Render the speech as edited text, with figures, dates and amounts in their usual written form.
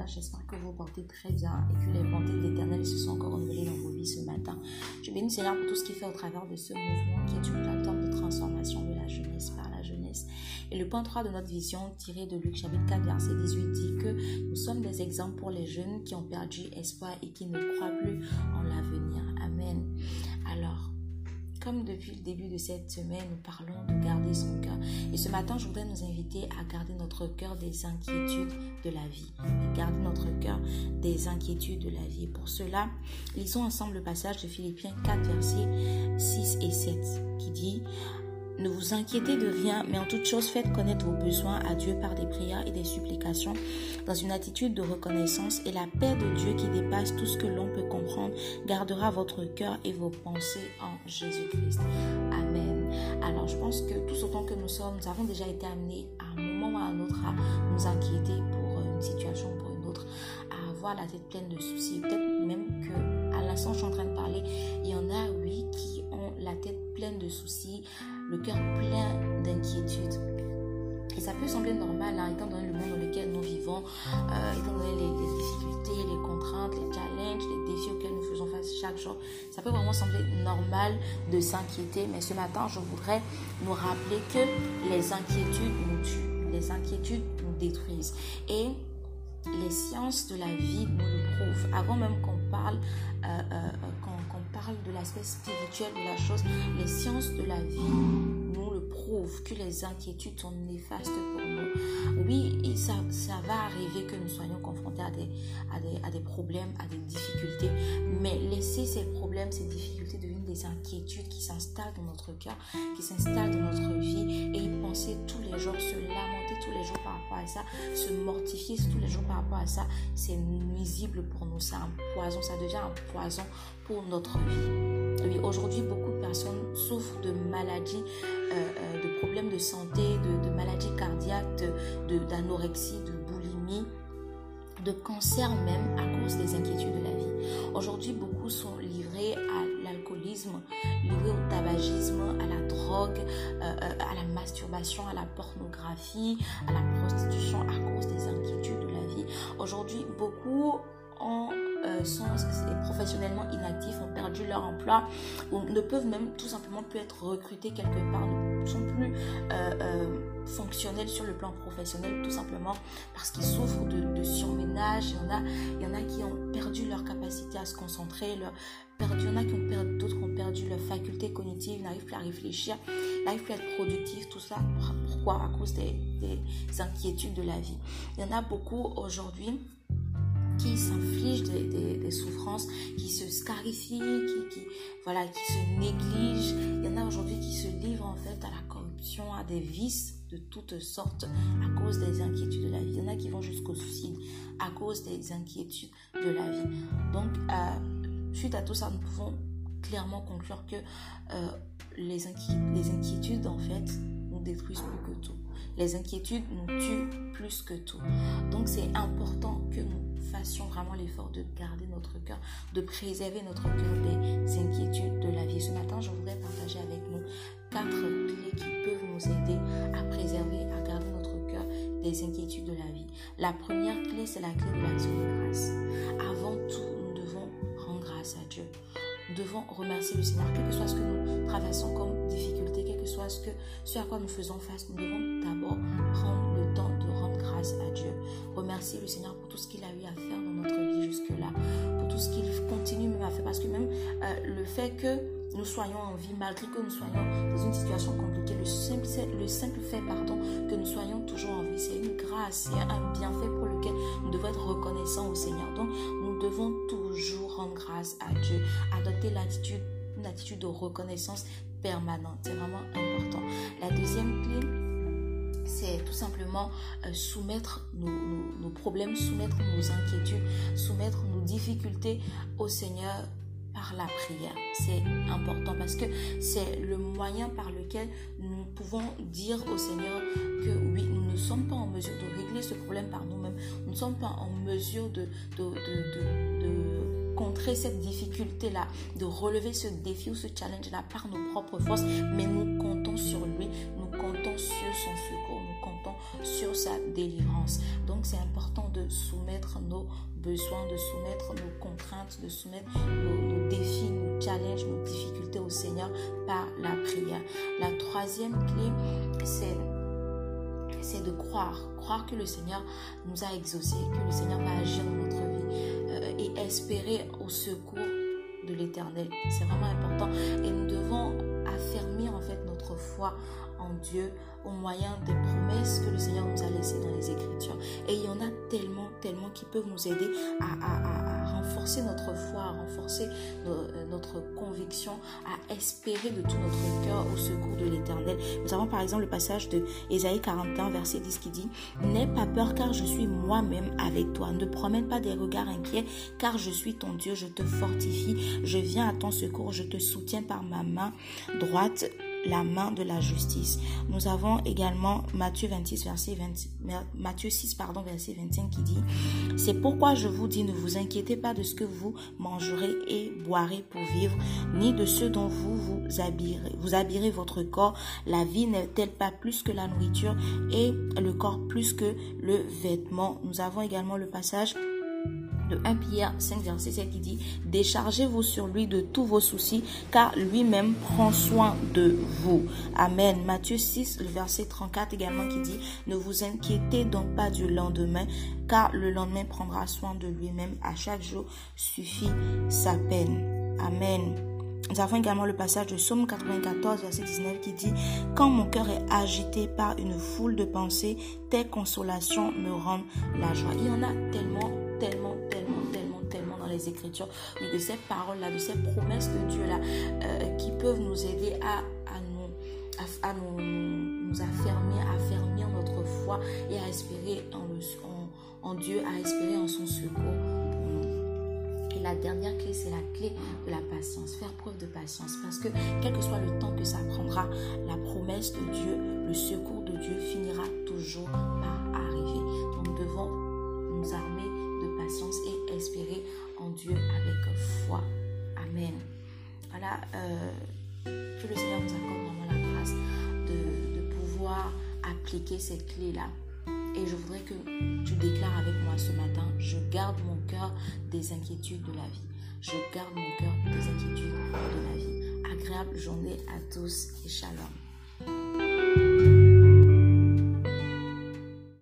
Seigneur, j'espère que vous portez très bien et que les bontés de l'Éternel se sont encore renouvelées dans vos vies ce matin. Je bénis Seigneur pour tout ce qu'il fait au travers de ce mouvement qui est une plateforme de transformation de la jeunesse par la jeunesse. Et le point 3 de notre vision tiré de Luc chapitre 4 verset 18 dit que nous sommes des exemples pour les jeunes qui ont perdu espoir et qui ne croient plus en l'avenir. Amen. Alors, comme depuis le début de cette semaine, nous parlons de garder son cœur. Et ce matin, je voudrais nous inviter à garder notre cœur des inquiétudes de la vie. Et garder notre cœur des inquiétudes de la vie. Et pour cela, lisons ensemble le passage de Philippiens 4, versets 6 et 7, qui dit « Ne vous inquiétez de rien, mais en toute chose, faites connaître vos besoins à Dieu par des prières et des supplications, dans une attitude de reconnaissance, et la paix de Dieu qui dépasse tout ce que l'on peut comprendre, gardera votre cœur et vos pensées en Jésus-Christ. » Amen. Alors, je pense que tous autant que nous avons déjà été amenés à un moment ou à un autre à nous inquiéter pour une situation ou pour une autre, à avoir la tête pleine de soucis. Peut-être même qu'à l'instant où je suis en train de parler, il y en a, oui, qui ont la tête pleine de soucis, le cœur plein d'inquiétudes. Et ça peut sembler normal, étant donné le monde dans lequel nous vivons, étant donné les difficultés, les contraintes, les challenges, les défis auxquels nous faisons face chaque jour. Ça peut vraiment sembler normal de s'inquiéter, mais ce matin, je voudrais nous rappeler que les inquiétudes nous tuent, les inquiétudes nous détruisent. Et les sciences de la vie nous le prouvent. Avant même qu'on parle de l'aspect spirituel de la chose, les sciences de la vie nous le prouvent, que les inquiétudes sont néfastes pour nous. Oui, et ça va arriver que nous soyons confrontés à des problèmes, à des difficultés, mais laisser ces problèmes, ces difficultés devenir des inquiétudes qui s'installent dans notre cœur, qui s'installent dans notre vie, et y penser tous les jours, se lamenter tous les jours par rapport à ça, se mortifier tous les jours par rapport à ça, c'est nuisible pour nous, c'est un poison, ça devient un poison pour notre vie. Oui, aujourd'hui, beaucoup de personnes souffrent de maladies, de problèmes de santé, de maladies cardiaques, d'anorexie, de boulimie, de cancer même à cause des inquiétudes de la vie. Aujourd'hui, beaucoup sont livrés à l'alcoolisme, livrés au tabagisme, à la drogue, à la masturbation, à la pornographie, à la prostitution à cause des inquiétudes de la vie. Aujourd'hui, beaucoup sont professionnellement inactifs, ont perdu leur emploi, ou ne peuvent même tout simplement plus être recrutés quelque part, ne sont plus fonctionnels sur le plan professionnel, tout simplement parce qu'ils souffrent de surménage. Il y en a qui ont perdu leur capacité à se concentrer, il y en a d'autres qui ont perdu leur faculté cognitive, ils n'arrivent plus à réfléchir, ils n'arrivent plus à être productifs, tout ça. Pourquoi? À cause des inquiétudes de la vie. Il y en a beaucoup aujourd'hui qui s'infligent des souffrances, qui se scarifient, qui se négligent. Il y en a aujourd'hui qui se livrent en fait à la corruption, à des vices de toutes sortes à cause des inquiétudes de la vie. Il y en a qui vont jusqu'au suicide à cause des inquiétudes de la vie. Donc, suite à tout ça, nous pouvons clairement conclure que les inquiétudes en fait nous détruisent plus que tout. Les inquiétudes nous tuent plus que tout. Donc c'est important que nous fassions vraiment l'effort de garder notre cœur, de préserver notre cœur des inquiétudes de la vie. Ce matin, je voudrais partager avec nous 4 clés qui peuvent nous aider à préserver, à garder notre cœur des inquiétudes de la vie. La première clé, c'est la clé de l'action de grâce. Avant tout, nous devons rendre grâce à Dieu. Nous devons remercier le Seigneur, quel que soit ce que nous traversons comme difficulté, quel que soit ce à quoi nous faisons face, nous devons d'abord prendre le temps de rendre grâce à Dieu. Remercier le Seigneur pour tout ce qu'il a eu à faire dans notre vie jusque-là, pour tout ce qu'il continue même à faire, parce que même le fait que nous soyons en vie, malgré que nous soyons dans une situation compliquée, le simple fait que nous soyons toujours en vie, c'est une grâce, c'est un bienfait pour lequel nous devons être reconnaissants au Seigneur. Donc, nous devons toujours rendre grâce à Dieu, adopter une attitude de reconnaissance permanente. C'est vraiment important. La deuxième clé, c'est tout simplement soumettre nos problèmes, soumettre nos inquiétudes, soumettre nos difficultés au Seigneur par la prière. C'est important parce que c'est le moyen par lequel nous pouvons dire au Seigneur que oui, nous ne sommes pas en mesure de régler ce problème par nous-mêmes. Nous ne sommes pas en mesure de contrer cette difficulté-là, de relever ce défi ou ce challenge-là par nos propres forces, mais nous comptons sur lui, nous nous comptons sur son secours, nous comptons sur sa délivrance. Donc c'est important de soumettre nos besoins, de soumettre nos contraintes, de soumettre nos défis, nos challenges, nos difficultés au Seigneur par la prière. La troisième clé, c'est de croire que le Seigneur nous a exaucés, que le Seigneur va agir dans notre vie et espérer au secours de l'Éternel. C'est vraiment important et nous devons affermir en fait notre foi en Dieu au moyen des promesses que le Seigneur nous a laissées dans les Écritures. Et il y en a tellement qui peuvent nous aider à renforcer notre foi, à renforcer notre conviction, à espérer de tout notre cœur au secours de l'Éternel. Nous avons par exemple le passage de Ésaïe 41, verset 10 qui dit « N'aie pas peur car je suis moi-même avec toi. Ne promène pas des regards inquiets car je suis ton Dieu. Je te fortifie. Je viens à ton secours. Je te soutiens par ma main droite. » La main de la justice. Nous avons également Matthieu 6, verset 25 qui dit « C'est pourquoi je vous dis, ne vous inquiétez pas de ce que vous mangerez et boirez pour vivre, ni de ce dont vous habillerez votre corps. La vie n'est-elle pas plus que la nourriture et le corps plus que le vêtement ?» Nous avons également le passage de 1 Pierre 5, verset 7 qui dit « Déchargez-vous sur lui de tous vos soucis, car lui-même prend soin de vous. » Amen. Matthieu 6, le verset 34 également qui dit « Ne vous inquiétez donc pas du lendemain, car le lendemain prendra soin de lui-même. À chaque jour suffit sa peine. » Amen. Nous avons également le passage de Psaume 94, verset 19 qui dit « Quand mon cœur est agité par une foule de pensées, tes consolations me rendent la joie. » Il y en a tellement dans les Écritures, de ces paroles-là, de ces promesses de Dieu-là, qui peuvent nous aider à nous affermir notre foi et à espérer en Dieu, à espérer en son secours. Et la dernière clé, c'est la clé de la patience. Faire preuve de patience. Parce que quel que soit le temps que ça prendra, la promesse de Dieu, le secours de Dieu finira toujours par arriver. Donc nous devons nous armer de patience et espérer en Dieu avec foi. Amen. Voilà, que le Seigneur nous accorde vraiment la grâce de pouvoir appliquer ces clés-là. Et je voudrais que tu déclares avec moi ce matin, je garde mon cœur des inquiétudes de la vie. Je garde mon cœur des inquiétudes de la vie. Agréable journée à tous et shalom.